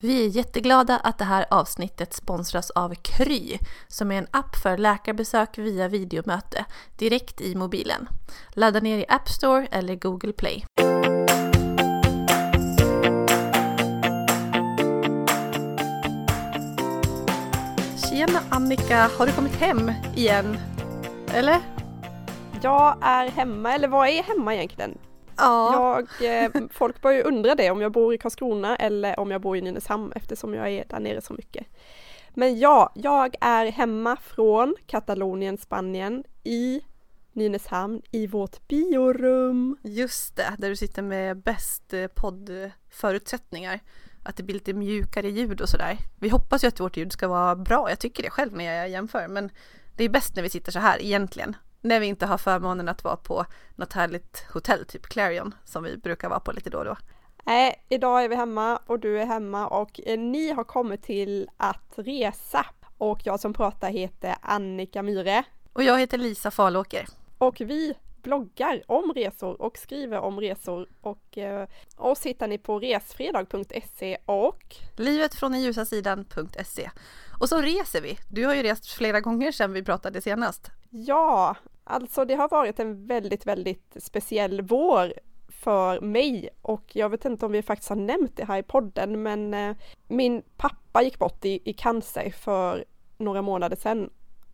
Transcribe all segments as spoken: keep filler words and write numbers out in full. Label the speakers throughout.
Speaker 1: Vi är jätteglada att det här avsnittet sponsras av Kry, som är en app för läkarbesök via videomöte direkt i mobilen. Ladda ner i App Store eller Google Play. Tjena Annika, har du kommit hem igen? Eller?
Speaker 2: Jag är hemma, eller vad är hemma egentligen?
Speaker 1: Ja.
Speaker 2: Jag, eh, folk börjar ju undra det, om jag bor i Karlskrona eller om jag bor i Nynäshamn, eftersom jag är där nere så mycket. Men ja, jag är hemma från Katalonien, Spanien, i Nynäshamn, i vårt biorum.
Speaker 1: Just det, där du sitter med bäst poddförutsättningar. Att det blir lite mjukare ljud och sådär. Vi hoppas ju att vårt ljud ska vara bra, jag tycker det själv när jag jämför. Men det är bäst när vi sitter så här egentligen. När vi inte har förmånen att vara på något härligt hotell, typ Clarion, som vi brukar vara på lite då och då.
Speaker 2: Nej, idag är vi hemma och du är hemma och eh, ni har kommit till att resa. Och jag som pratar heter Annika Myhre.
Speaker 1: Och jag heter Lisa Falåker.
Speaker 2: Och vi bloggar om resor och skriver om resor. Och eh, oss hittar ni på resfredag punkt se och
Speaker 1: livetfråndenljusasidan punkt se. Och så reser vi. Du har ju rest flera gånger sedan vi pratade senast.
Speaker 2: Ja, alltså det har varit en väldigt, väldigt speciell vår för mig. Och jag vet inte om vi faktiskt har nämnt det här i podden, men eh, min pappa gick bort i, i cancer för några månader sedan.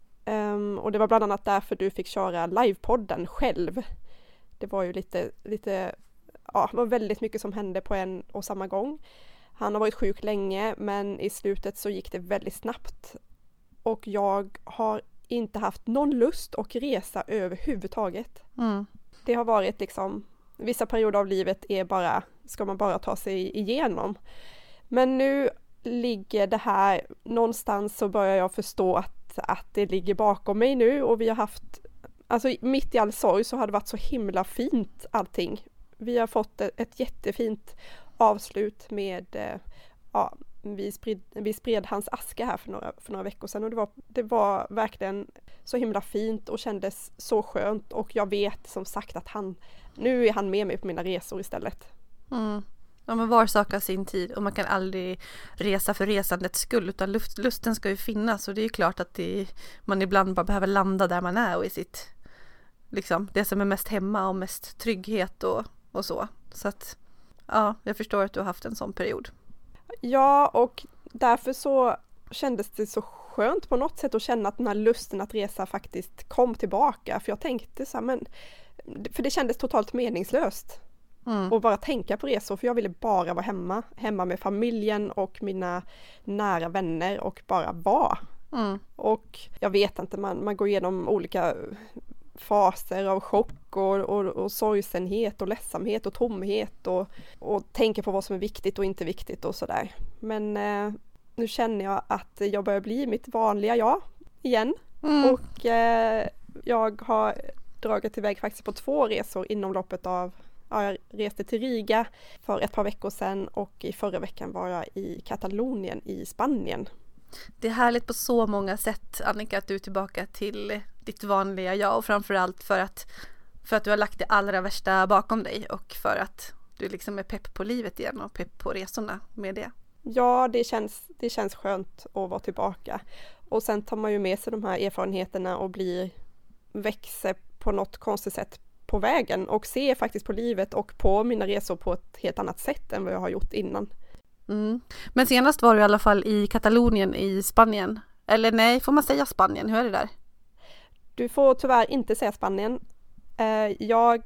Speaker 2: Um, och det var bland annat därför du fick köra livepodden själv. Det var ju lite, lite, ja, det var väldigt mycket som hände på en och samma gång. Han har varit sjuk länge, men i slutet så gick det väldigt snabbt. Och jag har inte haft någon lust att resa överhuvudtaget.
Speaker 1: Mm.
Speaker 2: Det har varit liksom, vissa perioder av livet är bara, ska man bara ta sig igenom. Men nu ligger det här, någonstans så börjar jag förstå att att det ligger bakom mig nu, och vi har haft, alltså mitt i all sorg så har det varit så himla fint allting. Vi har fått ett, ett jättefint avslut med, ja, vi spred, vi spred hans aska här för några, för några veckor sedan, och det var, det var verkligen så himla fint och kändes så skönt, och jag vet som sagt att han, nu är han med mig på mina resor istället.
Speaker 1: Mm. Ja, men var sak har sin tid, och man kan aldrig resa för resandets skull, utan luft, lusten ska ju finnas, och det är ju klart att det, man ibland bara behöver landa där man är och i sitt, liksom, det som är mest hemma och mest trygghet och, och så. Så att, ja, jag förstår att du har haft en sån period.
Speaker 2: Ja, och därför så kändes det så skönt på något sätt att känna att den här lusten att resa faktiskt kom tillbaka, för jag tänkte så här, men, för det kändes totalt meningslöst. Mm. Och bara tänka på resor, för jag ville bara vara hemma. Hemma med familjen och mina nära vänner och bara vara. Mm. Och jag vet inte, man, man går igenom olika faser av chock och, och, och sorgsenhet och ledsamhet och tomhet och, och tänker på vad som är viktigt och inte viktigt och sådär. Men eh, nu känner jag att jag börjar bli mitt vanliga jag igen. Mm. Och eh, jag har dragit iväg faktiskt på två resor inom loppet av, ja, jag reste till Riga för ett par veckor sedan, och i förra veckan var jag i Katalonien i Spanien.
Speaker 1: Det är härligt på så många sätt, Annika, att du är tillbaka till ditt vanliga jag, och framförallt för att, för att du har lagt det allra värsta bakom dig, och för att du liksom är pepp på livet igen och pepp på resorna med det.
Speaker 2: Ja, det känns, det känns skönt att vara tillbaka. Och sen tar man ju med sig de här erfarenheterna och blir, växer på något konstigt sätt på vägen, och ser faktiskt på livet och på mina resor på ett helt annat sätt än vad jag har gjort innan.
Speaker 1: Mm. Men senast var du i alla fall i Katalonien i Spanien. Eller nej, får man säga Spanien? Hur är det där?
Speaker 2: Du får tyvärr inte säga Spanien. Jag,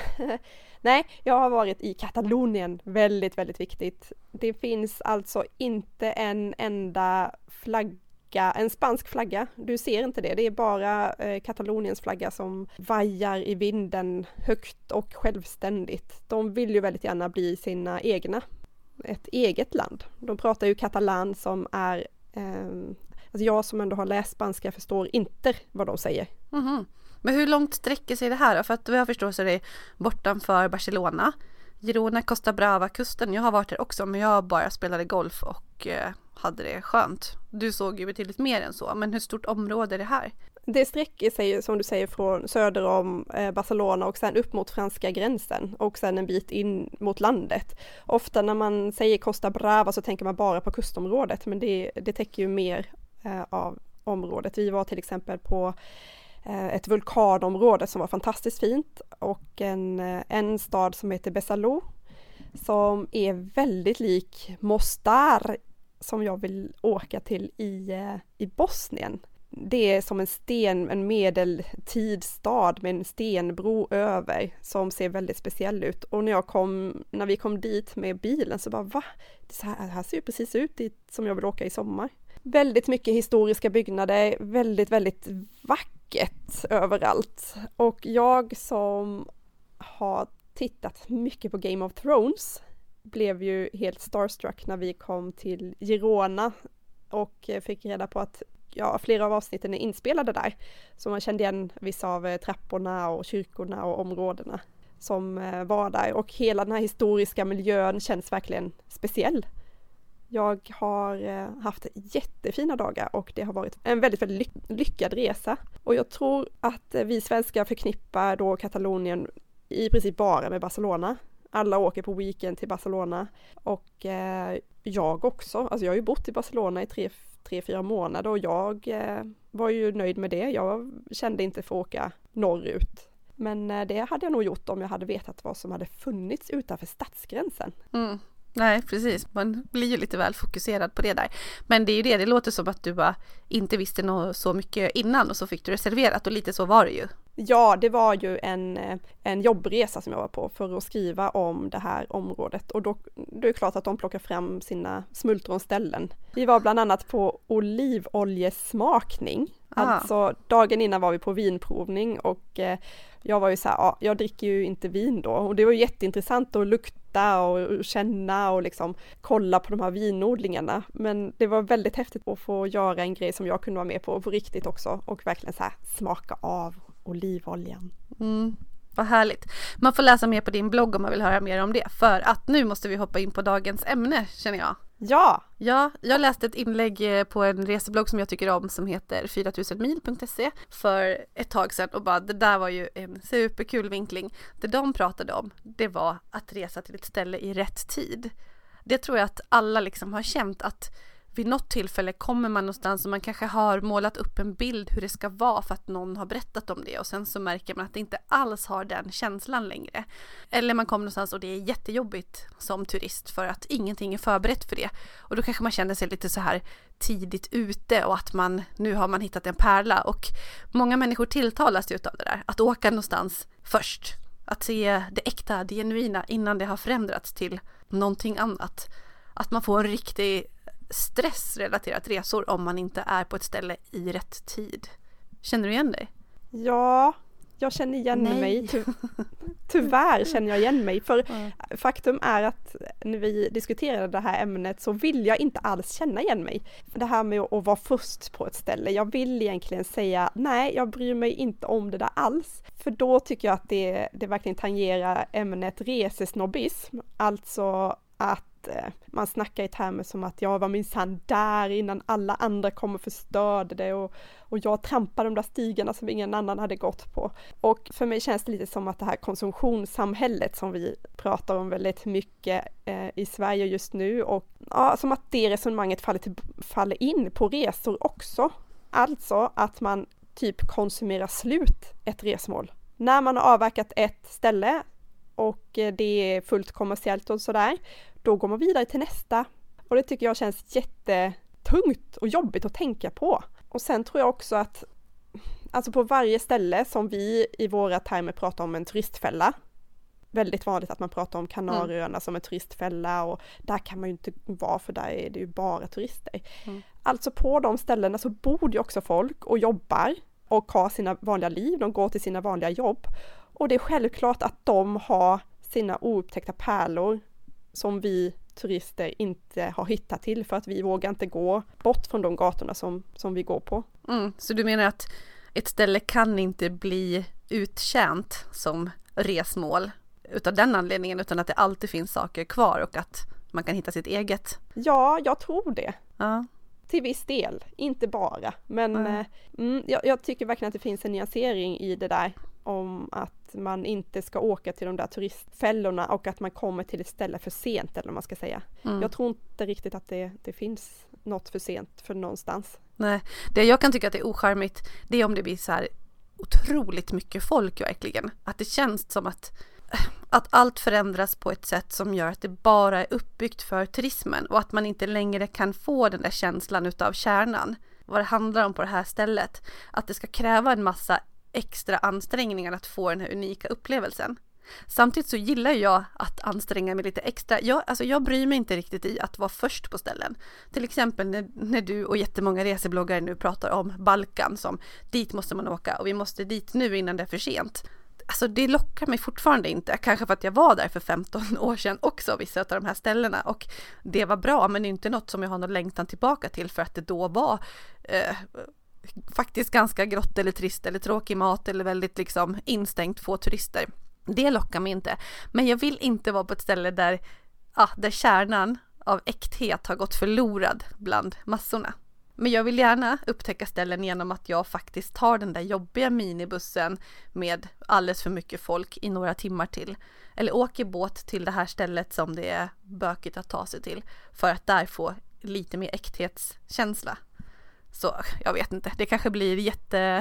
Speaker 2: nej, jag har varit i Katalonien. Väldigt, väldigt viktigt. Det finns alltså inte en enda flagga, en spansk flagga. Du ser inte det. Det är bara eh, Kataloniens flagga som vajar i vinden högt och självständigt. De vill ju väldigt gärna bli sina egna. Ett eget land. De pratar ju katalan som är, eh, alltså jag som ändå har läst spanska förstår inte vad de säger.
Speaker 1: Mm-hmm. Men hur långt sträcker sig det här då? För att vad jag förstår så är det bortanför Barcelona, Girona, Costa Brava-kusten. Jag har varit där också, men jag bara spelade golf och eh, hade det skönt. Du såg ju betydligt mer än så, men hur stort område är det här?
Speaker 2: Det sträcker sig som du säger från söder om Barcelona och sen upp mot franska gränsen och sen en bit in mot landet. Ofta när man säger Costa Brava så tänker man bara på kustområdet, men det, det täcker ju mer eh, av området. Vi var till exempel på eh, ett vulkanområde som var fantastiskt fint och en, en stad som heter Besalú som är väldigt lik Mostar som jag vill åka till i, eh, i Bosnien. Det är som en sten, en medeltidsstad med en stenbro över som ser väldigt speciell ut. Och när, jag kom, när vi kom dit med bilen så bara, va? Det så här, här ser ju precis ut dit som jag vill åka i sommar. Väldigt mycket historiska byggnader, väldigt, väldigt vackert överallt. Och jag som har tittat mycket på Game of Thrones blev ju helt starstruck när vi kom till Girona och fick reda på att ja, flera av avsnitten är inspelade där. Så man kände igen vissa av trapporna och kyrkorna och områdena som var där. Och hela den här historiska miljön känns verkligen speciell. Jag har haft jättefina dagar och det har varit en väldigt, väldigt lyckad resa. Och jag tror att vi svenskar förknippar då Katalonien i princip bara med Barcelona. Alla åker på weekend till Barcelona och eh, jag också. Alltså jag har ju bott i Barcelona i tre, tre fyra månader och jag eh, var ju nöjd med det. Jag kände inte för att åka norrut. Men eh, det hade jag nog gjort om jag hade vetat vad som hade funnits utanför stadsgränsen.
Speaker 1: Mm. Nej, precis. Man blir ju lite väl fokuserad på det där. Men det är ju det, det låter som att du bara inte visste något så mycket innan och så fick du reserverat och lite så var det ju.
Speaker 2: Ja, det var ju en, en jobbresa som jag var på för att skriva om det här området och då det är klart att de plockar fram sina smultronställen. Vi var bland annat på olivoljesmakning. Ah. Alltså dagen innan var vi på vinprovning och eh, jag var ju så här, ja, jag dricker ju inte vin då och det var ju jätteintressant att lukta och känna och liksom kolla på de här vinodlingarna. Men det var väldigt häftigt att få göra en grej som jag kunde vara med på på riktigt också och verkligen så här smaka av olivoljan.
Speaker 1: Mm, vad härligt. Man får läsa mer på din blogg om man vill höra mer om det. För att nu måste vi hoppa in på dagens ämne, känner jag.
Speaker 2: Ja!
Speaker 1: Ja, jag läste ett inlägg på en reseblogg som jag tycker om som heter fyra tusen mil punkt se för ett tag sedan och bara, det där var ju en superkul vinkling. Det de pratade om, det var att resa till ett ställe i rätt tid. Det tror jag att alla liksom har känt att vid något tillfälle kommer man någonstans och man kanske har målat upp en bild hur det ska vara för att någon har berättat om det och sen så märker man att det inte alls har den känslan längre. Eller man kommer någonstans och det är jättejobbigt som turist för att ingenting är förberett för det. Och då kanske man känner sig lite så här tidigt ute och att man nu har man hittat en pärla och många människor tilltalas ju av det där. Att åka någonstans först. Att se det äkta, det genuina innan det har förändrats till någonting annat. Att man får en riktig stressrelaterat resor om man inte är på ett ställe i rätt tid. Känner du igen dig?
Speaker 2: Ja, jag känner igen
Speaker 1: Nej.
Speaker 2: mig. Ty- tyvärr känner jag igen mig. För mm. faktum är att när vi diskuterade det här ämnet så vill jag inte alls känna igen mig. Det här med att vara först på ett ställe. Jag vill egentligen säga nej, jag bryr mig inte om det där alls. För då tycker jag att det, det verkligen tangerar ämnet resesnobbism. Alltså att man snackar i termer som att jag var minsann där innan alla andra kom och förstörde det och, och jag trampade de där stigarna som ingen annan hade gått på. Och för mig känns det lite som att det här konsumtionssamhället som vi pratar om väldigt mycket eh, i Sverige just nu och ja, som att det resonemanget faller, till, faller in på resor också. Alltså att man typ konsumerar slut ett resmål. När man har avverkat ett ställe och det är fullt kommersiellt och sådär, då går man vidare till nästa. Och det tycker jag känns jättetungt och jobbigt att tänka på. Och sen tror jag också att alltså på varje ställe som vi i våra termer pratar om en turistfälla. Väldigt vanligt att man pratar om Kanarieöarna mm. som en turistfälla och där kan man ju inte vara för där är det ju bara turister. Mm. Alltså på de ställena så bor ju också folk och jobbar och har sina vanliga liv. De går till sina vanliga jobb. Och det är självklart att de har sina oupptäckta pärlor som vi turister inte har hittat till för att vi vågar inte gå bort från de gatorna som, som vi går på.
Speaker 1: Mm, så du menar att ett ställe kan inte bli uttjänt som resmål utav den anledningen utan att det alltid finns saker kvar och att man kan hitta sitt eget?
Speaker 2: Ja, jag tror det.
Speaker 1: Ja.
Speaker 2: till viss del, inte bara. Men mm. Eh, mm, jag, jag tycker verkligen att det finns en nyansering i det där om att man inte ska åka till de där turistfällorna och att man kommer till ett ställe för sent, eller vad man ska säga. Mm. Jag tror inte riktigt att det, det finns något för sent för någonstans.
Speaker 1: Nej, det jag kan tycka att det är ocharmigt, det är om det blir så här otroligt mycket folk verkligen. Att det känns som att att allt förändras på ett sätt som gör att det bara är uppbyggt för turismen och att man inte längre kan få den där känslan utav kärnan. Vad det handlar om på det här stället. Att det ska kräva en massa extra ansträngningar att få den här unika upplevelsen. Samtidigt så gillar jag att anstränga mig lite extra. Jag, alltså jag bryr mig inte riktigt i att vara först på ställen. Till exempel när, när du och jättemånga resebloggare nu pratar om Balkan som dit måste man åka och vi måste dit nu innan det är för sent. Alltså det lockar mig fortfarande inte. Kanske för att jag var där för femton år sedan också, vissa av de här ställena. Och det var bra, men inte något som jag har någon längtan tillbaka till för att det då var eh, faktiskt ganska grått eller trist eller tråkig mat eller väldigt liksom instängt få turister. Det lockar mig inte. Men jag vill inte vara på ett ställe där, ah, där kärnan av äkthet har gått förlorad bland massorna. Men jag vill gärna upptäcka ställen genom att jag faktiskt tar den där jobbiga minibussen med alldeles för mycket folk i några timmar till. Eller åker båt till det här stället som det är bökigt att ta sig till. För att där få lite mer äkthetskänsla. Så jag vet inte, det kanske blir jätte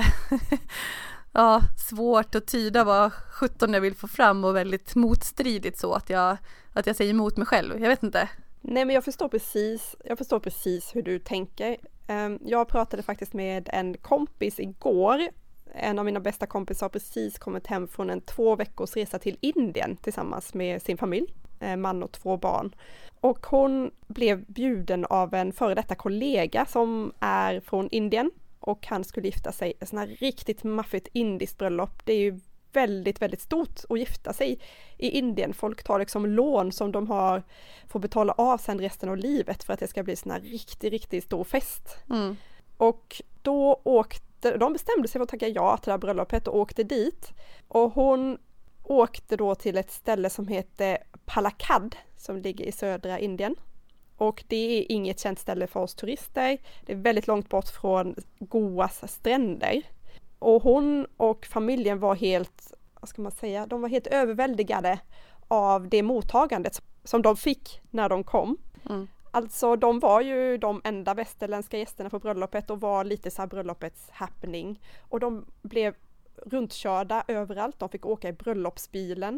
Speaker 1: ja, svårt att tyda vad sjutton jag vill få fram och väldigt motstridigt så att jag, att jag säger emot mig själv. Jag vet inte.
Speaker 2: Nej, men jag förstår precis, jag förstår precis hur du tänker. Jag pratade faktiskt med en kompis igår. En av mina bästa kompisar har precis kommit hem från en två veckors resa till Indien tillsammans med sin familj, man och två barn. Och hon blev bjuden av en före detta kollega som är från Indien och han skulle gifta sig. Ett sånt här riktigt maffigt indiskt bröllop. Det är ju väldigt, väldigt stort att gifta sig i Indien. Folk tar liksom lån som de har får betala av sen resten av livet för att det ska bli sån här riktigt, riktigt stor fest. Mm. Och då åkte, de bestämde sig för att tacka ja till det här bröllopet och åkte dit. Och hon åkte då till ett ställe som heter Palakkad som ligger i södra Indien. Och det är inget känt ställe för oss turister. Det är väldigt långt bort från Goas stränder. Och hon och familjen var helt, vad ska man säga, de var helt överväldigade av det mottagandet som de fick när de kom. Mm. Alltså de var ju de enda västerländska gästerna på bröllopet och var lite så här bröllopets happening. Och de blev runtkörda överallt. De fick åka i bröllopsbilen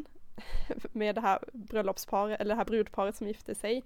Speaker 2: med det här bröllopsparet eller det här brudparet som gifte sig.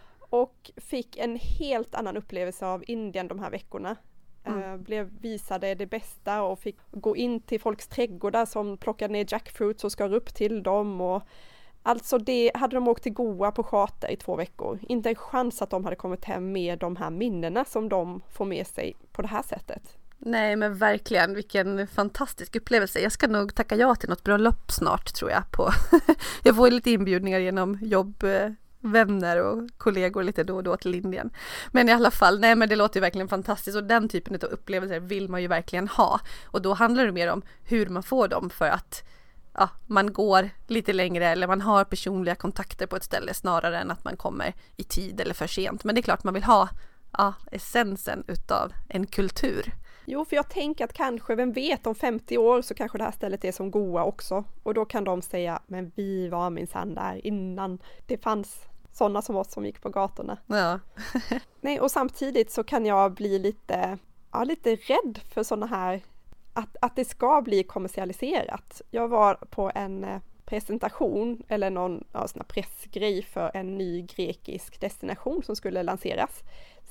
Speaker 2: Och fick en helt annan upplevelse av Indien de här veckorna. Mm. Blev visade det bästa och fick gå in till folks trädgårdar som plockade ner jackfruits och skar upp till dem. Och alltså det hade de åkt till Goa på charter i två veckor. Inte en chans att de hade kommit hem med de här minnena som de får med sig på det här sättet.
Speaker 1: Nej, men verkligen, vilken fantastisk upplevelse. Jag ska nog tacka ja till något bröllop snart tror jag. På jag får lite inbjudningar genom jobb, vänner och kollegor lite då och då till Indien. Men i alla fall, nej men det låter ju verkligen fantastiskt och den typen av upplevelser vill man ju verkligen ha. Och då handlar det mer om hur man får dem för att ja, man går lite längre eller man har personliga kontakter på ett ställe snarare än att man kommer i tid eller för sent. Men det är klart man vill ha ja, essensen utav en kultur.
Speaker 2: Jo, för jag tänker att kanske, vem vet, om femtio år så kanske det här stället är som Goa också. Och då kan de säga, men vi var minsann där innan det fanns sådana som oss som gick på gatorna.
Speaker 1: Ja.
Speaker 2: Nej, och samtidigt så kan jag bli lite, ja, lite rädd för sådana här, att, att det ska bli kommersialiserat. Jag var på en presentation eller någon ja, sån här pressgrej för en ny grekisk destination som skulle lanseras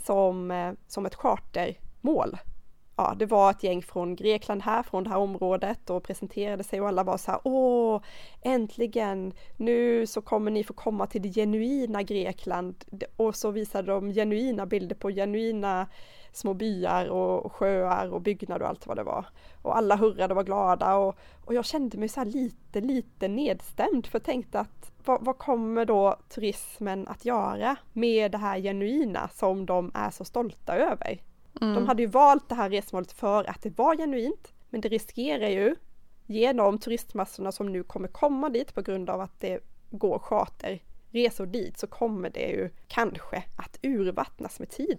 Speaker 2: som, som ett chartermål. Ja, det var ett gäng från Grekland här, från det här området och presenterade sig och alla var så här, åh, äntligen, nu så kommer ni få komma till det genuina Grekland. Och så visade de genuina bilder på genuina små byar och sjöar och byggnader och allt vad det var. Och alla hurrade och var glada och, och jag kände mig så här lite, lite nedstämd för jag tänkte att vad, vad kommer då turismen att göra med det här genuina som de är så stolta över? Mm. De hade ju valt det här resmålet för att det var genuint, men det riskerar ju genom turistmassorna som nu kommer komma dit på grund av att det går charter resor dit så kommer det ju kanske att urvattnas med tiden.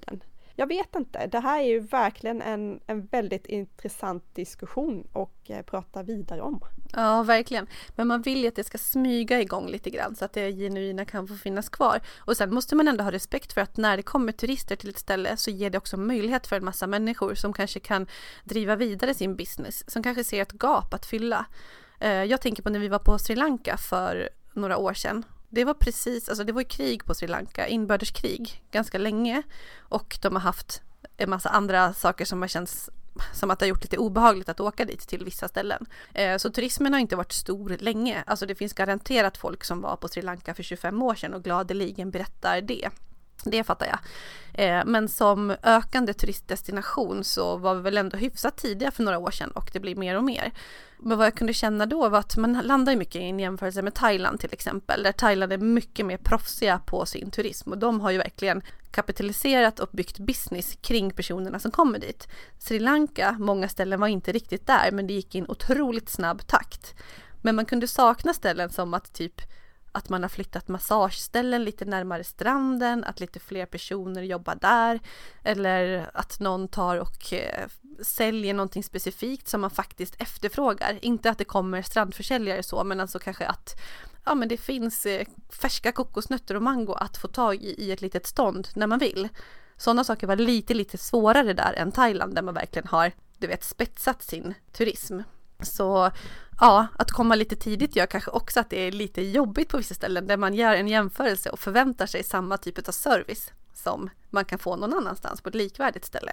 Speaker 2: Jag vet inte, det här är ju verkligen en, en väldigt intressant diskussion och eh, prata vidare om.
Speaker 1: Ja, verkligen. Men man vill ju att det ska smyga igång lite grann så att det genuina kan få finnas kvar. Och sen måste man ändå ha respekt för att när det kommer turister till ett ställe så ger det också möjlighet för en massa människor som kanske kan driva vidare sin business, som kanske ser ett gap att fylla. Jag tänker på när vi var på Sri Lanka för några år sedan. Det var precis, alltså det var ju krig på Sri Lanka, inbördeskrig ganska länge, och de har haft en massa andra saker som har känts som att det har gjort lite obehagligt att åka dit till vissa ställen. Så turismen har inte varit stor länge. Alltså det finns garanterat folk som var på Sri Lanka för tjugofem år sedan och gladeligen berättar det. Det fattar jag. Men som ökande turistdestination så var vi väl ändå hyfsat tidiga för några år sedan, och det blir mer och mer. Men vad jag kunde känna då var att man landar mycket i en jämförelse med Thailand till exempel, där Thailand är mycket mer proffsiga på sin turism, och de har ju verkligen kapitaliserat och byggt business kring personerna som kommer dit. Sri Lanka, många ställen var inte riktigt där, men det gick i en otroligt snabb takt. Men man kunde sakna ställen som att typ att man har flyttat massageställen lite närmare stranden, att lite fler personer jobbar där, eller att någon tar och eh, säljer någonting specifikt som man faktiskt efterfrågar. Inte att det kommer strandförsäljare så, men alltså kanske att ja, men det finns eh, färska kokosnötter och mango att få tag i i ett litet stånd när man vill. Sådana saker var lite lite svårare där än Thailand, där man verkligen har, du vet, spetsat sin turism. Så ja, att komma lite tidigt gör kanske också att det är lite jobbigt på vissa ställen där man gör en jämförelse och förväntar sig samma typ av service som man kan få någon annanstans på ett likvärdigt ställe.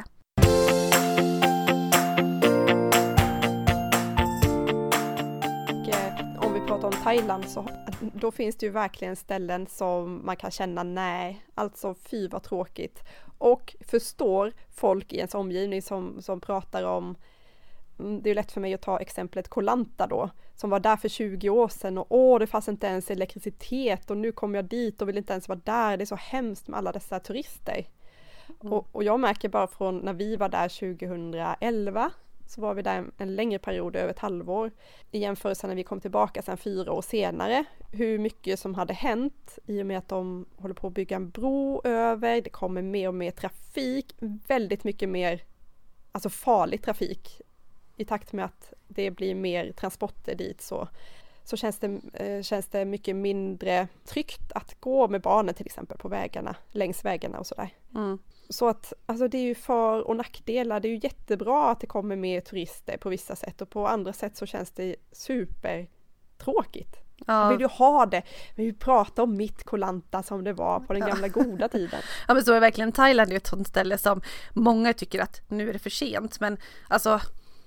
Speaker 2: Om vi pratar om Thailand så då finns det ju verkligen ställen som man kan känna nej, alltså fy vad tråkigt. Och förstår folk i ens omgivning som, som pratar om, det är lätt för mig att ta exemplet Koh Lanta då, som var där för tjugo år sedan och åh, det fanns inte ens elektricitet och nu kommer jag dit och vill inte ens vara där, det är så hemskt med alla dessa turister. Mm. Och, och jag märker bara från när vi var där tjugoelva, så var vi där en, en längre period, över ett halvår, i jämförelse när vi kom tillbaka sedan fyra år senare, hur mycket som hade hänt i och med att de håller på att bygga en bro över, det kommer mer och mer trafik, väldigt mycket mer, alltså farlig trafik. I takt med att det blir mer transporter dit så, så känns, det, eh, känns det mycket mindre tryggt att gå med barnen till exempel på vägarna, längs vägarna och sådär. Mm. Så att alltså det är ju för- och nackdelar. Det är ju jättebra att det kommer mer turister på vissa sätt, och på andra sätt så känns det supertråkigt. Ja. Jag vill ju ha det. Men vi pratar om mitt Koh Lanta som det var på den gamla goda tiden.
Speaker 1: Ja, men så är verkligen Thailand ett sånt ställe som många tycker att nu är det för sent. Men alltså,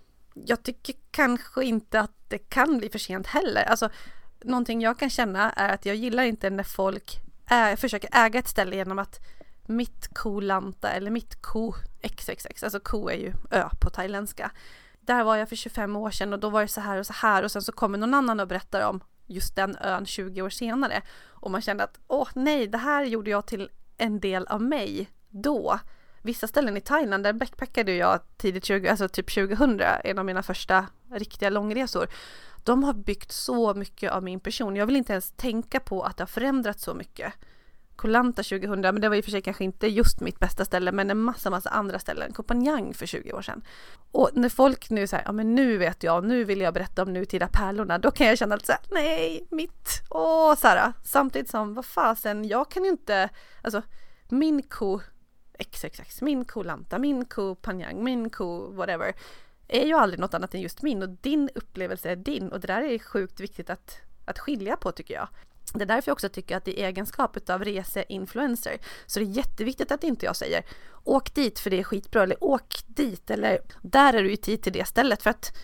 Speaker 1: jag tycker kanske inte att det kan bli för sent heller. Alltså, någonting jag kan känna är att jag gillar inte när folk ä- försöker äga ett ställe genom att mitt Koh Lanta eller mitt Koh X X X, alltså Koh är ju ö på thailändska. Där var jag för tjugofem år sedan och då var det så här och så här, och sen så kommer någon annan och berättar om just den ön tjugo år senare, och man kände att åh nej, det här gjorde jag till en del av mig då. Vissa ställen i Thailand, där backpackade jag tidigt tjugo, alltså typ tjugohundra, en av mina första riktiga långresor. De har byggt så mycket av min person. Jag vill inte ens tänka på att det har förändrats så mycket. Koh Lanta tjugohundra, men det var i och för sig kanske inte just mitt bästa ställe, men en massa massa andra ställen. Koh Phangan för tjugo år sedan. Och när folk nu säger, ja men nu vet jag, nu vill jag berätta om nutida pärlorna, då kan jag känna att så här, nej, mitt, åh Sara. Samtidigt som, vad fasen, jag kan ju inte, alltså min Koh X X X, min Koh Lanta, min Koh Phangan, min Koh whatever, är ju aldrig något annat än just min, och din upplevelse är din, och det där är sjukt viktigt att, att skilja på, tycker jag. Det är därför jag också tycker att i egenskap av reseinfluencer så är det jätteviktigt att inte jag säger åk dit för det är skitbra, eller åk dit, eller där är du i tid till det stället, för att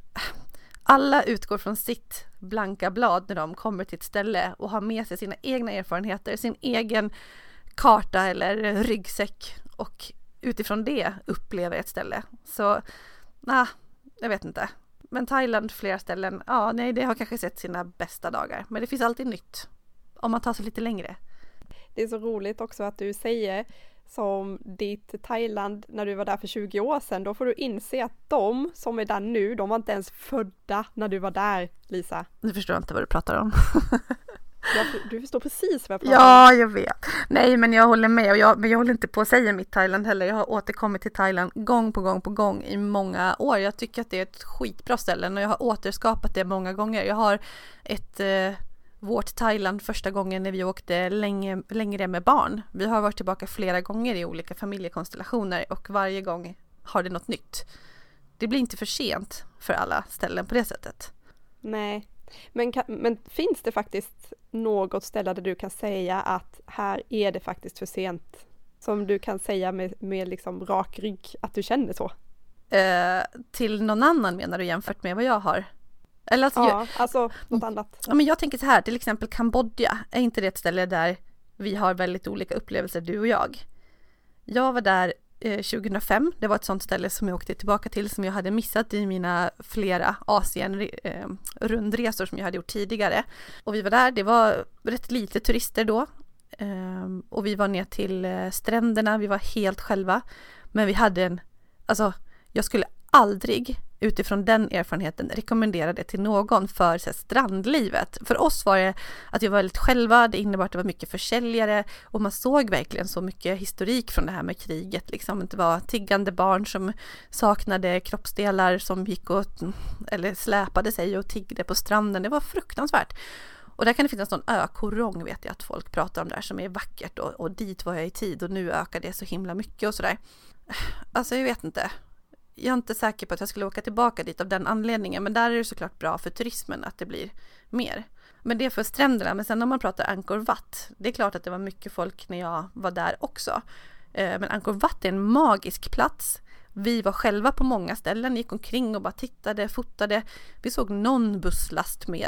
Speaker 1: alla utgår från sitt blanka blad när de kommer till ett ställe och har med sig sina egna erfarenheter, sin egen karta eller ryggsäck, och utifrån det upplever ett ställe. Så, nah, jag vet inte. Men Thailand, flera ställen, ja nej, det har kanske sett sina bästa dagar. Men det finns alltid nytt om man tar sig lite längre.
Speaker 2: Det är så roligt också att du säger som ditt Thailand när du var där för tjugo år sedan. Då får du inse att de som är där nu, de var inte ens födda när du var där, Lisa.
Speaker 1: Nu förstår jag inte vad du pratar om.
Speaker 2: Jag, du förstår precis vad jag pratar
Speaker 1: Ja, jag vet. Nej, men jag håller med. Och jag, men jag håller inte på att säga mitt Thailand heller. Jag har återkommit till Thailand gång på gång på gång i många år. Jag tycker att det är ett skitbra ställe och jag har återskapat det många gånger. Jag har ett... Eh, vårt Thailand första gången när vi åkte länge, längre med barn. Vi har varit tillbaka flera gånger i olika familjekonstellationer och varje gång har det något nytt. Det blir inte för sent för alla ställen på det sättet.
Speaker 2: Nej, men, kan, men finns det faktiskt något ställe där du kan säga att här är det faktiskt för sent? Som du kan säga med, med liksom rak rygg att du känner så?
Speaker 1: Eh, till någon annan menar du jämfört med vad jag har? Eller alltså,
Speaker 2: ja,
Speaker 1: jag,
Speaker 2: alltså något annat.
Speaker 1: Ja, men jag tänker så här, till exempel Kambodja. Är inte det ett ställe där vi har väldigt olika upplevelser, du och jag? Jag var där eh, tjugohundrafem. Det var ett sånt ställe som jag åkte tillbaka till som jag hade missat i mina flera Asien-rundresor eh, som jag hade gjort tidigare. Och vi var där, det var rätt lite turister då. Eh, och vi var ner till eh, stränderna, vi var helt själva. Men vi hade en, alltså jag skulle aldrig utifrån den erfarenheten rekommendera det till någon för så här, strandlivet. För oss var det att vi var väldigt själva, det innebar att det var mycket försäljare och man såg verkligen så mycket historik från det här med kriget. Liksom. Det var tiggande barn som saknade kroppsdelar som gick och eller släpade sig och tiggde på stranden. Det var fruktansvärt. Och där kan det finnas någon ökorrong vet jag att folk pratar om där som är vackert och, och dit var jag i tid och nu ökar det så himla mycket och sådär. Alltså jag vet inte. Jag är inte säker på att jag skulle åka tillbaka dit av den anledningen. Men där är det såklart bra för turismen att det blir mer. Men det är för stränderna. Men sen om man pratar Angkor Wat. Det är klart att det var mycket folk när jag var där också. Men Angkor Wat är en magisk plats. Vi var själva på många ställen. Gick omkring och bara tittade, fotade. Vi såg någon busslast med...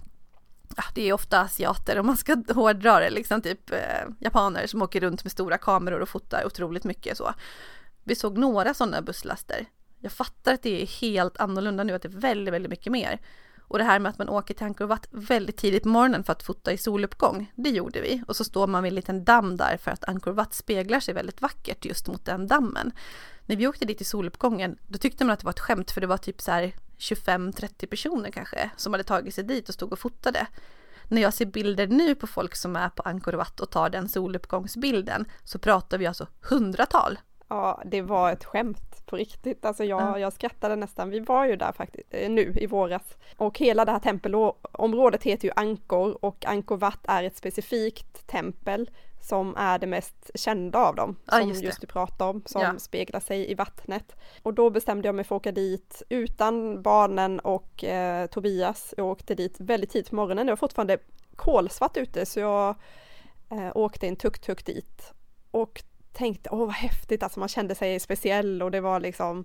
Speaker 1: Ja, det är ofta asiater om man ska hårdra det. Liksom typ eh, japaner som åker runt med stora kameror och fotar otroligt mycket så. Vi såg några sådana busslaster. Jag fattar att det är helt annorlunda nu, att det är väldigt, väldigt mycket mer. Och det här med att man åker till Angkor Wat väldigt tidigt på morgonen för att fota i soluppgång, det gjorde vi. Och så står man vid en liten damm där för att Angkor Wat speglar sig väldigt vackert just mot den dammen. När vi åkte dit i soluppgången, då tyckte man att det var ett skämt för det var typ så här tjugofem trettio personer kanske som hade tagit sig dit och stod och fotade. När jag ser bilder nu på folk som är på Angkor Wat och tar den soluppgångsbilden så pratar vi alltså hundratal.
Speaker 2: Ja, det var ett skämt på riktigt. Alltså jag, mm. jag skrattade nästan. Vi var ju där faktiskt nu i våras. Och hela det här tempelområdet heter ju Angkor och Angkor Wat är ett specifikt tempel som är det mest kända av dem.
Speaker 1: Ja,
Speaker 2: som
Speaker 1: just,
Speaker 2: just du pratade om, som
Speaker 1: ja. speglar
Speaker 2: sig i vattnet. Och då bestämde jag mig för att åka dit utan barnen och eh, Tobias. Jag åkte dit väldigt tidigt på morgonen. Det var fortfarande kolsvart ute så jag eh, åkte en tuk-tuk dit. Och tänkte, åh vad häftigt, alltså man kände sig speciell och det var liksom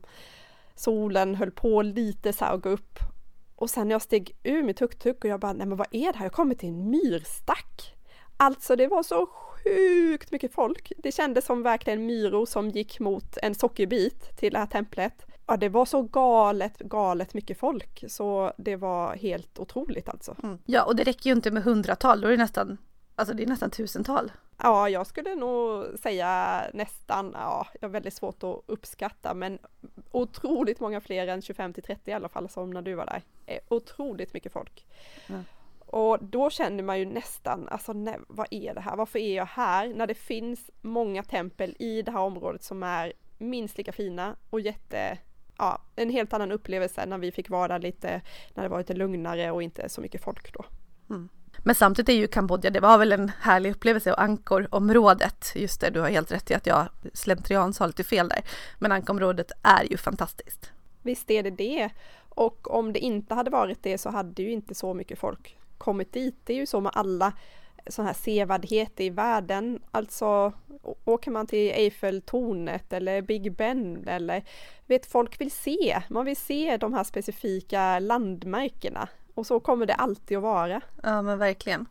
Speaker 2: solen höll på lite så här att gå upp och sen när jag steg ur med tuk-tuk och jag bara, nej men vad är det här? Jag kommer till en myrstack. Alltså det var så sjukt mycket folk. Det kändes som verkligen myror som gick mot en sockerbit till det här templet. Ja, det var så galet, galet mycket folk så det var helt otroligt alltså.
Speaker 1: Mm. Ja, och det räcker ju inte med hundratal, då är det nästan Alltså det är nästan tusental.
Speaker 2: Ja, jag skulle nog säga nästan, ja, jag har väldigt svårt att uppskatta, men otroligt många fler än tjugofem till trettio i alla fall som när du var där. Otroligt mycket folk. Mm. Och då känner man ju nästan, alltså nej, vad är det här? Varför är jag här? När det finns många tempel i det här området som är minst lika fina och jätte, ja, en helt annan upplevelse när vi fick vara där lite, när det var lite lugnare och inte så mycket folk då.
Speaker 1: Mm. Men samtidigt är ju Kambodja, det var väl en härlig upplevelse och Angkor-området, just det, du har helt rätt i att jag slentrian sa lite fel där, men Angkor-området är ju fantastiskt.
Speaker 2: Visst är det det, och om det inte hade varit det så hade ju inte så mycket folk kommit dit. Det är ju så med alla sådana här sevärdheter i världen, alltså åker man till Eiffeltornet eller Big Ben eller vet folk vill se, man vill se de här specifika landmärkena. Och så kommer det alltid att vara.
Speaker 1: Ja, men verkligen.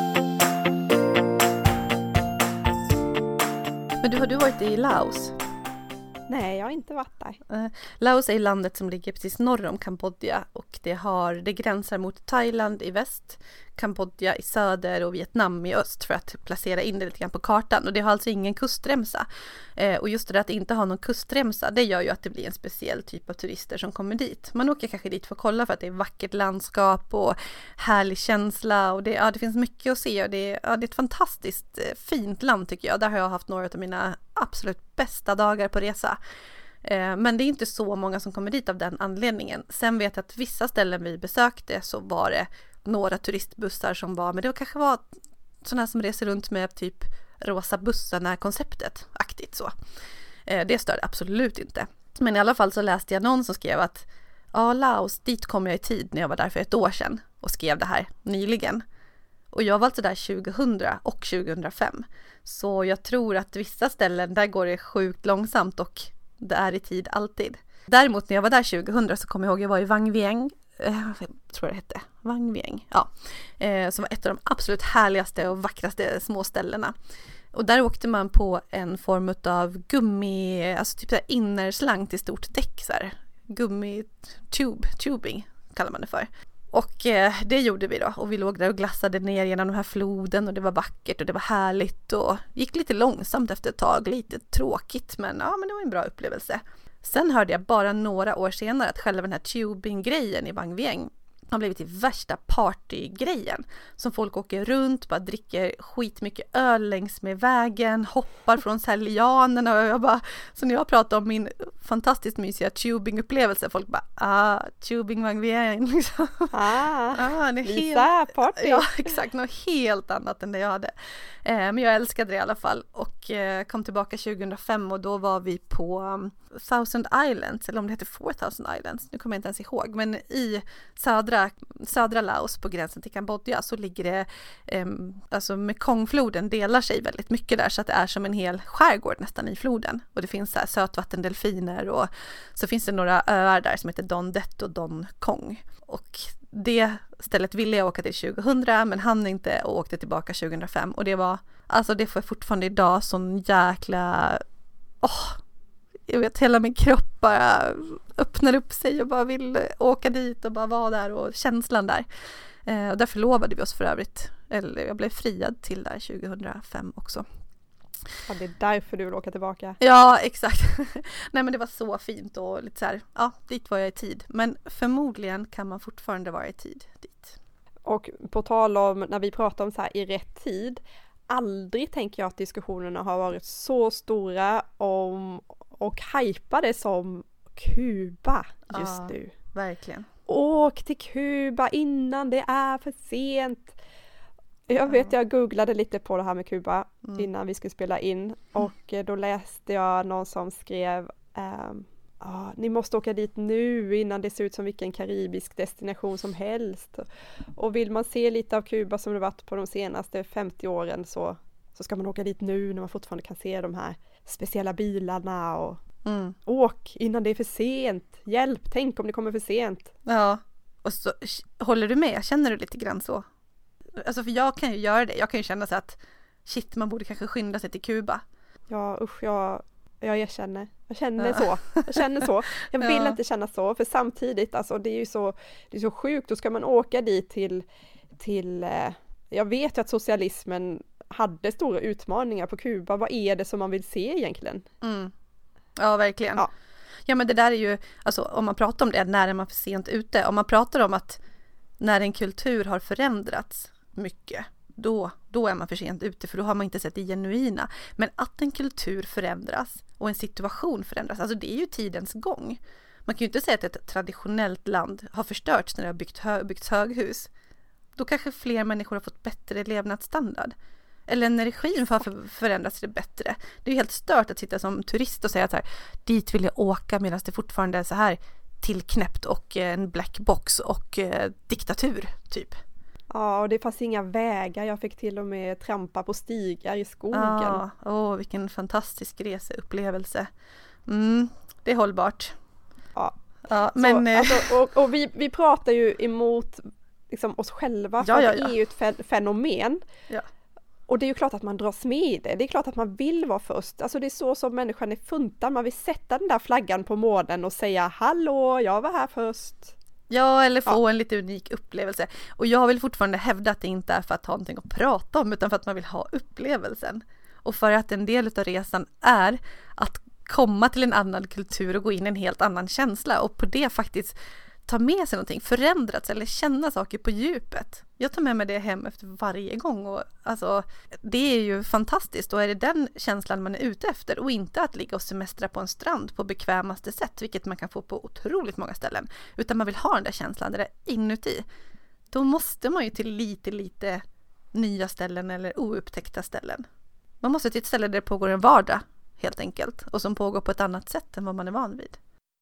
Speaker 1: Men du, har du varit i Laos?
Speaker 2: Nej, jag har inte varit där.
Speaker 1: Eh, Laos är landet som ligger precis norr om Kambodja och det, har, det gränsar mot Thailand i väst, Kambodja i söder och Vietnam i öst för att placera in det lite grann på kartan. Och det har alltså ingen kustremsa. Eh, och just det där att inte ha någon kustremsa, det gör ju att det blir en speciell typ av turister som kommer dit. Man åker kanske dit för att kolla för att det är vackert landskap och härlig känsla och det, ja, det finns mycket att se och det, ja, det är ett fantastiskt eh, fint land tycker jag. Där har jag haft några av mina absolut bästa dagar på resa. Eh, men det är inte så många som kommer dit av den anledningen. Sen vet jag att vissa ställen vi besökte så var det några turistbussar som var, men det kanske var sådana som reser runt med typ rosa bussarna konceptet aktigt så. Eh, det störde absolut inte. Men i alla fall så läste jag någon som skrev att ja, Laos, dit kom jag i tid när jag var där för ett år sedan och skrev det här nyligen. Och jag var alltså där tjugohundra och tjugohundrafem. Så jag tror att vissa ställen där går det sjukt långsamt och det är i tid alltid. Däremot när jag var där tjugohundra så kommer jag ihåg jag var i Vang Vieng. Jag tror det hette Vang Vieng. Ja. Eh, som var ett av de absolut härligaste och vackraste små ställena. Och där åkte man på en form av gummi, alltså typ där innerslang till stort däck så här. Gummitube, tubing kallar man det för. Och eh, det gjorde vi då och vi låg där och glassade ner genom den här floden och det var vackert och det var härligt och gick lite långsamt efter ett tag, lite tråkigt men ja, men det var en bra upplevelse. Sen hörde jag bara några år senare att själva den här tubing-grejen i Vang Vieng har blivit till värsta partygrejen. Som folk åker runt, bara dricker skitmycket öl längs med vägen, hoppar från så här lianerna och jag bara, så när jag pratar om min fantastiskt mysiga tubing-upplevelse, folk bara, ah, tubing Vang Vieng liksom.
Speaker 2: Ah,
Speaker 1: ah det är
Speaker 2: Lisa,
Speaker 1: helt,
Speaker 2: party.
Speaker 1: ja, exakt, något helt annat än det jag hade. Eh, men jag älskade det i alla fall och eh, kom tillbaka tjugohundrafem och då var vi på um, Thousand Islands, eller om det heter Four Thousand Islands, nu kommer jag inte ens ihåg, men i södra, södra Laos på gränsen till Kambodja så ligger det, eh, alltså Mekongfloden delar sig väldigt mycket där så att det är som en hel skärgård nästan i floden och det finns så här sötvattendelfiner och så finns det några öar där som heter Don Det och Don Kong och det stället ville jag åka till tjugohundra men hann inte och åkte tillbaka tjugohundrafem och det var, alltså det får jag fortfarande idag sån jäkla, åh, oh, jag vet hela min kropp bara öppnar upp sig och bara vill åka dit och bara vara där och känslan där. Eh, och därför lovade vi oss för övrigt, eller jag blev friad till där tjugohundrafem också.
Speaker 2: Ja, det är därför du vill åka tillbaka.
Speaker 1: Ja, exakt. Nej men det var så fint och lite så här, ja, dit var jag i tid. Men förmodligen kan man fortfarande vara i tid dit.
Speaker 2: Och på tal om när vi pratar om så här i rätt tid, aldrig tänker jag att diskussionerna har varit så stora om och hypade som Kuba just
Speaker 1: ja,
Speaker 2: nu.
Speaker 1: Verkligen.
Speaker 2: Åk till Kuba innan det är för sent. Jag vet, jag googlade lite på det här med Kuba mm. innan vi skulle spela in och då läste jag någon som skrev um, ah, ni måste åka dit nu innan det ser ut som vilken karibisk destination som helst. Och vill man se lite av Kuba som det varit på de senaste femtio åren så, så ska man åka dit nu när man fortfarande kan se de här speciella bilarna och mm. åk innan det är för sent. Hjälp, tänk om det kommer för sent.
Speaker 1: Ja, och så håller du med? Känner du lite grann så? Alltså för jag kan ju göra det. Jag kan ju känna så att shit, man borde kanske skynda sig till Kuba.
Speaker 2: Ja, usch, jag, jag erkänner. Jag känner ja. så. Jag känner så. Jag vill ja. inte känna så. För samtidigt, alltså det är ju så, det är så sjukt. Då ska man åka dit till, till eh, jag vet ju att socialismen hade stora utmaningar på Kuba. Vad är det som man vill se egentligen?
Speaker 1: Mm. Ja, verkligen.
Speaker 2: Ja.
Speaker 1: ja, men det där är ju, alltså om man pratar om det, när är man för sent ute? Om man pratar om att när en kultur har förändrats mycket, då, då är man för sent ute för då har man inte sett det genuina. Men att en kultur förändras och en situation förändras, alltså det är ju tidens gång. Man kan ju inte säga att ett traditionellt land har förstörts när det har byggt hö- byggts höghus. Då kanske fler människor har fått bättre levnadsstandard. Eller när regim har för- förändrats det bättre. Det är ju helt stört att sitta som turist och säga att så här, dit vill jag åka medan det fortfarande är så här tillknäppt och en black box och eh, diktatur typ.
Speaker 2: Ja, och det fanns inga vägar. Jag fick till och med trampa på stigar i skogen.
Speaker 1: Ja, åh, vilken fantastisk reseupplevelse. Mm, det är hållbart.
Speaker 2: Ja,
Speaker 1: ja men...
Speaker 2: Så, alltså, och och vi, vi pratar ju emot liksom, oss själva. För
Speaker 1: ja, ja,
Speaker 2: det
Speaker 1: ja.
Speaker 2: är ju ett fenomen.
Speaker 1: Ja.
Speaker 2: Och det är ju klart att man dras med i det. Det är klart att man vill vara först. Alltså det är så som människan är funtad. Man vill sätta den där flaggan på månen och säga hallå, jag var här först.
Speaker 1: Ja, eller få
Speaker 2: Ja.
Speaker 1: en lite unik upplevelse. Och jag vill fortfarande hävda att det inte är för att ha någonting att prata om, utan för att man vill ha upplevelsen. Och för att en del av resan är att komma till en annan kultur och gå in i en helt annan känsla. Och på det faktiskt ta med sig någonting, förändras eller känna saker på djupet. Jag tar med mig det hem efter varje gång. Och alltså, det är ju fantastiskt. Och är det den känslan man är ute efter och inte att ligga och semestra på en strand på bekvämaste sätt, vilket man kan få på otroligt många ställen, utan man vill ha den där känslan, det där inuti, då måste man ju till lite, lite nya ställen eller oupptäckta ställen. Man måste till ett ställe där det pågår en vardag, helt enkelt, och som pågår på ett annat sätt än vad man är van vid.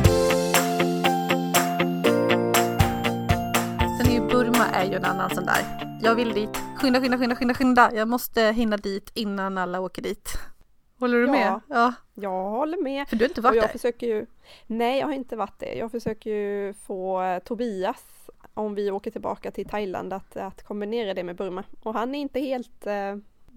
Speaker 1: Sen är ju Burma är ju en annan sån där. Jag vill dit. Skynda, skynda, skynda, skynda, skynda. Jag måste hinna dit innan alla åker dit. Håller du
Speaker 2: Ja.
Speaker 1: med? Ja.
Speaker 2: Jag håller med.
Speaker 1: För du har inte varit
Speaker 2: och jag
Speaker 1: där.
Speaker 2: försöker ju, nej, jag har inte varit det. Jag försöker ju få eh, Tobias, om vi åker tillbaka till Thailand, att, att kombinera det med Burma. Och han är inte helt eh,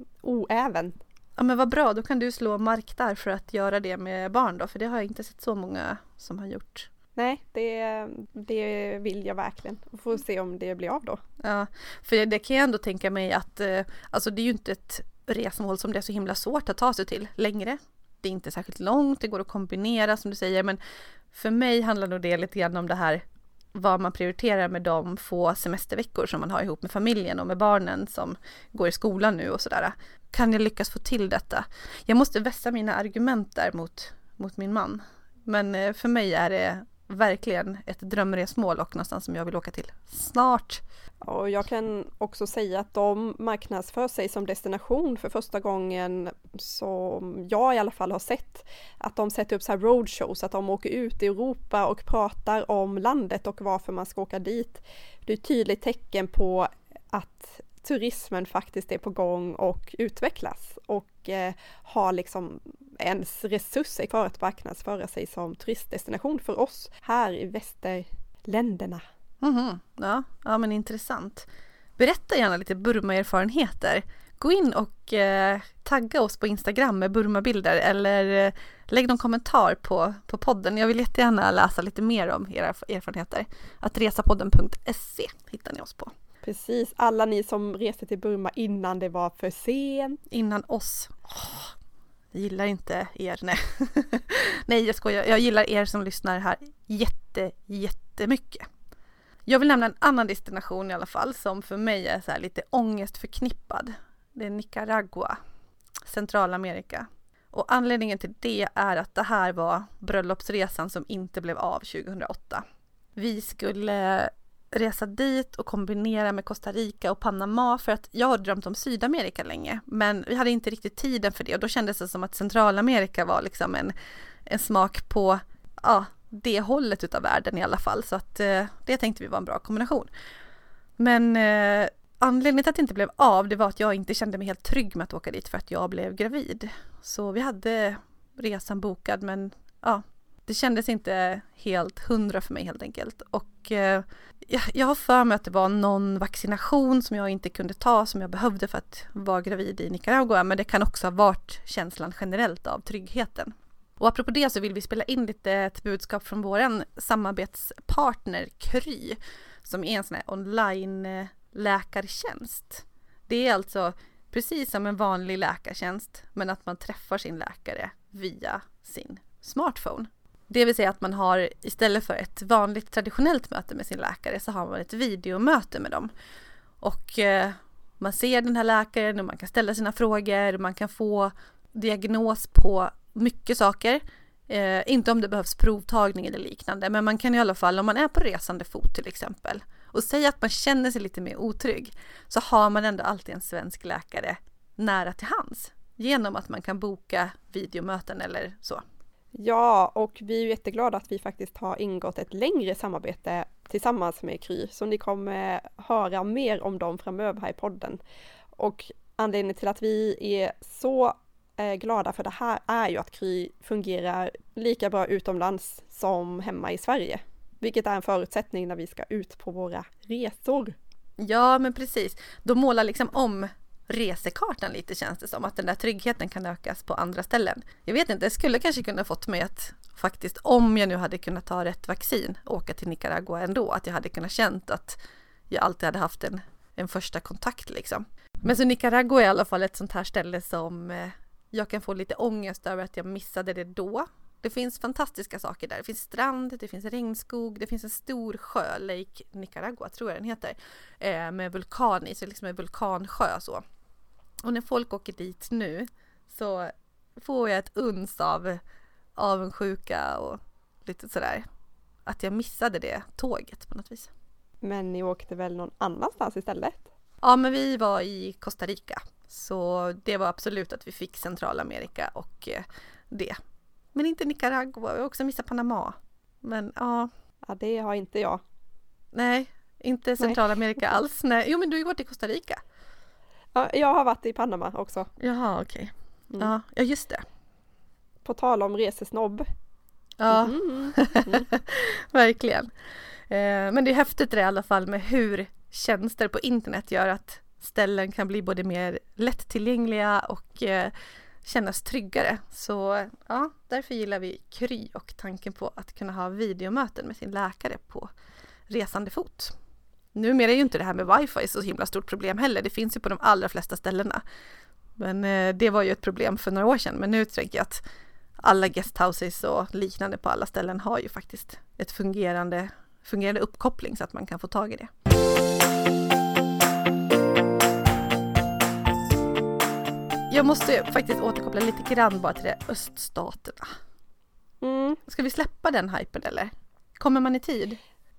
Speaker 2: oäven.
Speaker 1: Ja, men vad bra. Då kan du slå mark där för att göra det med barn då. För det har jag inte sett så många som har gjort.
Speaker 2: Nej, det, det vill jag verkligen. Får se om det blir av då.
Speaker 1: Ja, för det kan jag ändå tänka mig att eh, alltså det är ju inte ett resmål som det är så himla svårt att ta sig till längre. Det är inte särskilt långt, det går att kombinera som du säger, men för mig handlar nog det lite grann om det här vad man prioriterar med de få semesterveckor som man har ihop med familjen och med barnen som går i skolan nu och sådär. Kan jag lyckas få till detta? Jag måste vässa mina argument där mot, mot min man. Men eh, för mig är det verkligen ett drömresmål och någonstans som jag vill åka till snart.
Speaker 2: Och jag kan också säga att de marknadsför sig som destination för första gången, som jag i alla fall har sett, att de sätter upp så här roadshows, att de åker ut i Europa och pratar om landet och varför man ska åka dit. Det är ett tydligt tecken på att turismen faktiskt är på gång och utvecklas och eh, har liksom ens resurser för att marknadsföra sig som turistdestination för oss här i västerländerna.
Speaker 1: Mm-hmm. Ja, ja, men intressant. Berätta gärna lite Burma-erfarenheter. Gå in och eh, tagga oss på Instagram med Burma-bilder eller eh, lägg någon kommentar på, på podden. Jag vill jättegärna läsa lite mer om era erfarenheter. Att resapodden punkt se hittar ni oss på.
Speaker 2: Precis, alla ni som reste till Burma innan det var för sent.
Speaker 1: Innan oss. Oh, jag gillar inte er, nej. Nej, jag skojar. Jag gillar er som lyssnar här jätte, jättemycket. Jag vill nämna en annan destination i alla fall som för mig är så här lite ångestförknippad. Det är Nicaragua, Centralamerika. Och anledningen till det är att det här var bröllopsresan som inte blev av tjugohundraåtta. Vi skulle resa dit och kombinera med Costa Rica och Panama för att jag har drömt om Sydamerika länge. Men vi hade inte riktigt tiden för det och då kändes det som att Centralamerika var liksom en, en smak på ja, det hållet utav världen i alla fall. Så att eh, det tänkte vi var en bra kombination. Men eh, anledningen till att det inte blev av det var att jag inte kände mig helt trygg med att åka dit för att jag blev gravid. Så vi hade resan bokad men ja, det kändes inte helt hundra för mig helt enkelt. Och eh, jag, jag har för mig att det var någon vaccination som jag inte kunde ta som jag behövde för att vara gravid i Nicaragua. Men det kan också ha varit känslan generellt av tryggheten. Och apropå det så vill vi spela in lite ett budskap från våran samarbetspartner Kry som är en sån här online läkartjänst. Det är alltså precis som en vanlig läkartjänst men att man träffar sin läkare via sin smartphone. Det vill säga att man har istället för ett vanligt traditionellt möte med sin läkare så har man ett videomöte med dem. Och eh, man ser den här läkaren och man kan ställa sina frågor, man kan få diagnos på mycket saker. Eh, inte om det behövs provtagning eller liknande, men man kan i alla fall om man är på resande fot till exempel och säga att man känner sig lite mer otrygg så har man ändå alltid en svensk läkare nära till hands genom att man kan boka videomöten eller så.
Speaker 2: Ja, och vi är jätteglada att vi faktiskt har ingått ett längre samarbete tillsammans med Kry, så ni kommer höra mer om dem framöver här i podden. Och anledningen till att vi är så eh, glada för det här är ju att Kry fungerar lika bra utomlands som hemma i Sverige, vilket är en förutsättning när vi ska ut på våra resor.
Speaker 1: Ja, men precis. De målar liksom om resekartan lite, känns det som. Att den där tryggheten kan ökas på andra ställen. Jag vet inte, det skulle kanske kunna fått mig att faktiskt, om jag nu hade kunnat ta rätt vaccin, åka till Nicaragua ändå. Att jag hade kunnat känt att jag alltid hade haft en, en första kontakt liksom. Men så Nicaragua är i alla fall ett sånt här ställe som eh, jag kan få lite ångest över att jag missade det då. Det finns fantastiska saker där. Det finns strand, det finns regnskog, det finns en stor sjö, Lake Nicaragua tror jag den heter, eh, med vulkan i, så liksom en vulkansjö så. Och när folk åker dit nu så får jag ett uns av avundsjuka och lite sådär. Att jag missade det tåget på något vis.
Speaker 2: Men ni åkte väl någon annanstans istället?
Speaker 1: Ja, men vi var i Costa Rica. Så det var absolut att vi fick Centralamerika och eh, det. Men inte Nicaragua, jag har också missat Panama. Men ja.
Speaker 2: Ja, det har inte jag.
Speaker 1: Nej, inte Centralamerika Nej. alls. Nej. Jo, men du har ju varit i Costa Rica.
Speaker 2: Ja, jag har varit i Panama också.
Speaker 1: Jaha, okej. Okay. Mm. Ja, ja, just det.
Speaker 2: På tal om resesnobb.
Speaker 1: Ja, mm. Mm. Verkligen. Eh, men det är häftigt det i alla fall med hur tjänster på internet gör att ställen kan bli både mer lättillgängliga och eh, kännas tryggare. Så ja, därför gillar vi Kry och tanken på att kunna ha videomöten med sin läkare på resande fot. Numera är ju inte det här med wifi så himla stort problem heller. Det finns ju på de allra flesta ställena. Men eh, det var ju ett problem för några år sedan. Men nu tänker jag att alla guesthouses och liknande på alla ställen har ju faktiskt ett fungerande, fungerande uppkoppling så att man kan få tag i det. Jag måste faktiskt återkoppla lite grann bara till det öststaterna.
Speaker 2: Mm.
Speaker 1: Ska vi släppa den hypen eller? Kommer man i tid?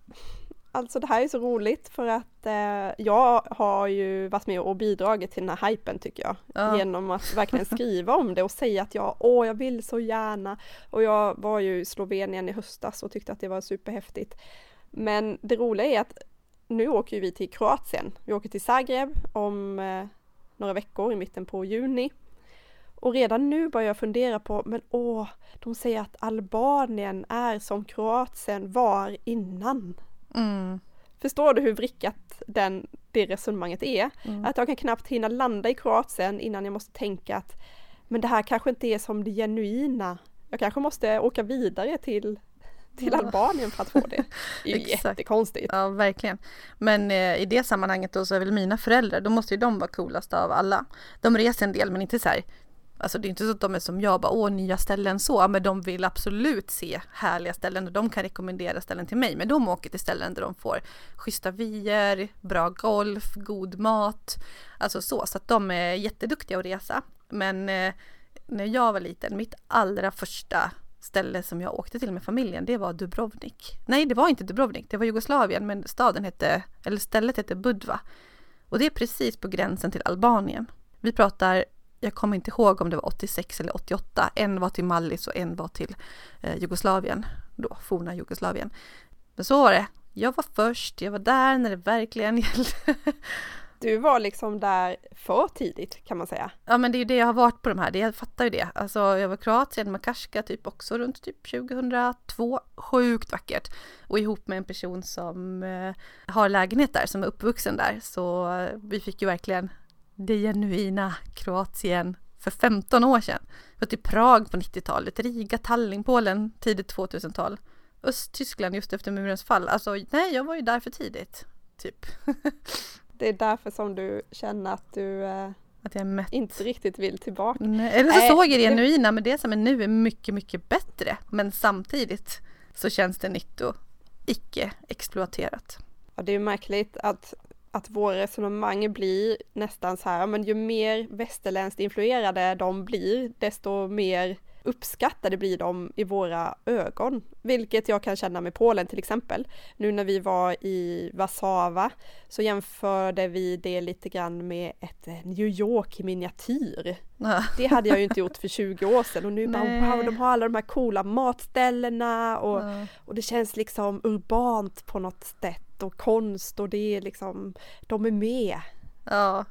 Speaker 2: Alltså det här är så roligt för att eh, jag har ju varit med och bidragit till den här hypen tycker jag. Ja. Genom att verkligen skriva om det och säga att jag, åh jag vill så gärna. Och jag var ju i Slovenien i höstas och tyckte att det var superhäftigt. Men det roliga är att nu åker vi till Kroatien. Vi åker till Zagreb om eh, några veckor i mitten på juni. Och redan nu börjar jag fundera på, men åh, de säger att Albanien är som Kroatien var innan.
Speaker 1: Mm.
Speaker 2: Förstår du hur vrickat den, det resonemanget är? Mm. Att jag kan knappt hinna landa i Kroatien innan jag måste tänka att men det här kanske inte är som det genuina. Jag kanske måste åka vidare till, till ja. Albanien för att få det. Det är ju jättekonstigt.
Speaker 1: Ja, verkligen. Men eh, i det sammanhanget då så är väl mina föräldrar, då måste ju de vara coolast av alla. De reser en del men inte så här. Alltså det är inte så att de är som jag, bara, åh nya ställen så, men de vill absolut se härliga ställen och de kan rekommendera ställen till mig, men de åker till ställen där de får schyssta vyer, bra golf, god mat, alltså så, så att de är jätteduktiga att resa. Men eh, när jag var liten, mitt allra första ställe som jag åkte till med familjen, det var Dubrovnik. Nej, det var inte Dubrovnik, det var Jugoslavien, men staden hette, eller stället hette Budva. Och det är precis på gränsen till Albanien. Vi pratar, jag kommer inte ihåg om det var åttiosex eller åttioåtta. En var till Mallis och en var till eh, Jugoslavien. Då, forna Jugoslavien. Men så var det. Jag var först. Jag var där när det verkligen gällde.
Speaker 2: Du var liksom där för tidigt kan man säga.
Speaker 1: Ja, men det är ju det jag har varit på de här. Det, jag fattar ju det. Alltså jag var i Kroatien med Karska typ också runt typ tjugohundratvå. Sjukt vackert. Och ihop med en person som eh, har lägenhet där. Som är uppvuxen där. Så eh, vi fick ju verkligen det genuina Kroatien för femton år sedan. Jag var till Prag på nittiotalet, Riga, Tallinn, Polen, tidigt tvåtusental. Östtyskland just efter murens fall. Alltså nej, jag var ju där för tidigt, typ.
Speaker 2: Det är därför som du känner att du eh,
Speaker 1: att jag är mätt.
Speaker 2: Inte riktigt vill tillbaka.
Speaker 1: Nej, eller så äh, såg jag det genuina, men det som är nu är mycket, mycket bättre. Men samtidigt så känns det nytt och icke exploaterat.
Speaker 2: Ja, det är ju märkligt att att våra resonemang blir nästan så här, men ju mer västerländskt influerade de blir, desto mer uppskattade blir de i våra ögon. Vilket jag kan känna med Polen till exempel. Nu när vi var i Warszawa så jämförde vi det lite grann med ett New York i miniatyr. Ja. Det hade jag ju inte gjort för tjugo år sedan. Och nu bara, wow, de har alla de här coola matställena och, ja. och det känns liksom urbant på något sätt. Och konst och det är liksom, de är med.
Speaker 1: Ja,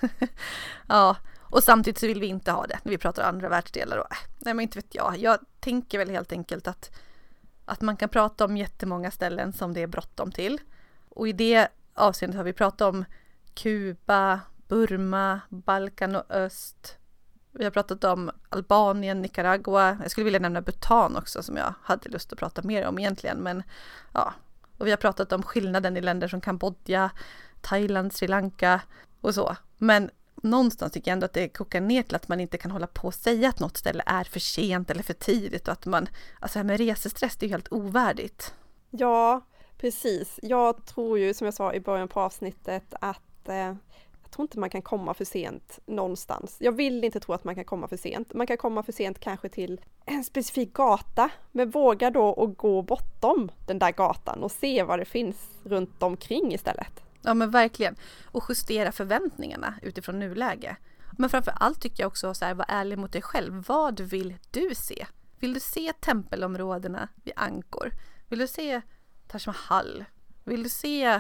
Speaker 1: ja. Och samtidigt så vill vi inte ha det när vi pratar andra världsdelar. Och, nej men inte vet jag. Jag tänker väl helt enkelt att, att man kan prata om jättemånga ställen som det är bråttom till. Och i det avseendet har vi pratat om Kuba, Burma, Balkan och öst. Vi har pratat om Albanien, Nicaragua. Jag skulle vilja nämna Bhutan också som jag hade lust att prata mer om egentligen. Men ja, och vi har pratat om skillnaden i länder som Kambodja, Thailand, Sri Lanka och så. Men någonstans tycker jag ändå att det kokar ner till att man inte kan hålla på och säga att något ställe är för sent eller för tidigt. Och att man, alltså här med resestress, det är ju helt ovärdigt.
Speaker 2: Ja, precis. Jag tror ju som jag sa i början på avsnittet att eh, jag tror inte man kan komma för sent någonstans. Jag vill inte tro att man kan komma för sent. Man kan komma för sent kanske till en specifik gata, men våga då att gå bortom den där gatan och se vad det finns runt omkring istället.
Speaker 1: Ja men verkligen. Och justera förväntningarna utifrån nuläge. Men framför allt tycker jag också så här, var ärlig mot dig själv. Vad vill du se? Vill du se tempelområdena vid Angkor? Vill du se Taj Mahal? Vill du se...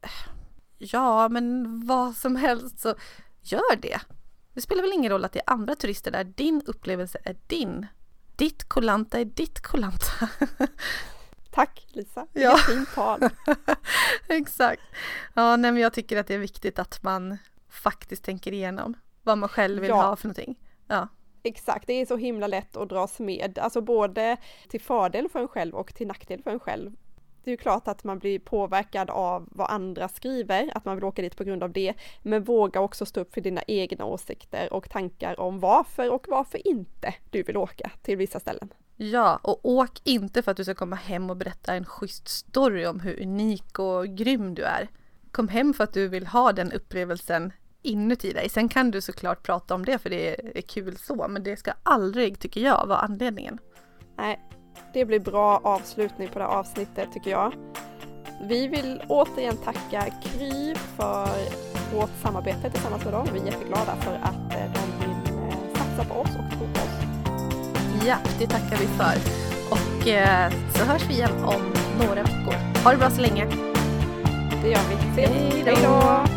Speaker 1: Ja, men vad som helst, så gör det. Det spelar väl ingen roll att det är andra turister där. Din upplevelse är din. Ditt Koh Lanta är ditt Koh Lanta.
Speaker 2: Tack Lisa, det
Speaker 1: ja.
Speaker 2: är fint tal.
Speaker 1: Exakt. Ja, nej, men jag tycker att det är viktigt att man faktiskt tänker igenom vad man själv vill
Speaker 2: ja.
Speaker 1: ha för någonting. Ja.
Speaker 2: Exakt, det är så himla lätt att dras med. Alltså både till fördel för en själv och till nackdel för en själv. Det är ju klart att man blir påverkad av vad andra skriver, att man vill åka dit på grund av det. Men våga också stå upp för dina egna åsikter och tankar om varför och varför inte du vill åka till vissa ställen.
Speaker 1: Ja, och åk inte för att du ska komma hem och berätta en schysst story om hur unik och grym du är. Kom hem för att du vill ha den upplevelsen inuti dig. Sen kan du såklart prata om det för det är kul så, men det ska aldrig, tycker jag, vara anledningen.
Speaker 2: Nej, det blir bra avslutning på det här avsnittet tycker jag. Vi vill återigen tacka Kry för vårt samarbete tillsammans med dem. Vi är jätteglada för att de vill satsa på oss och tro på oss.
Speaker 1: Ja, det tackar vi för. Och eh, så hörs vi igen om några veckor. Ha det bra så länge.
Speaker 2: Det gör vi.
Speaker 1: Hej då!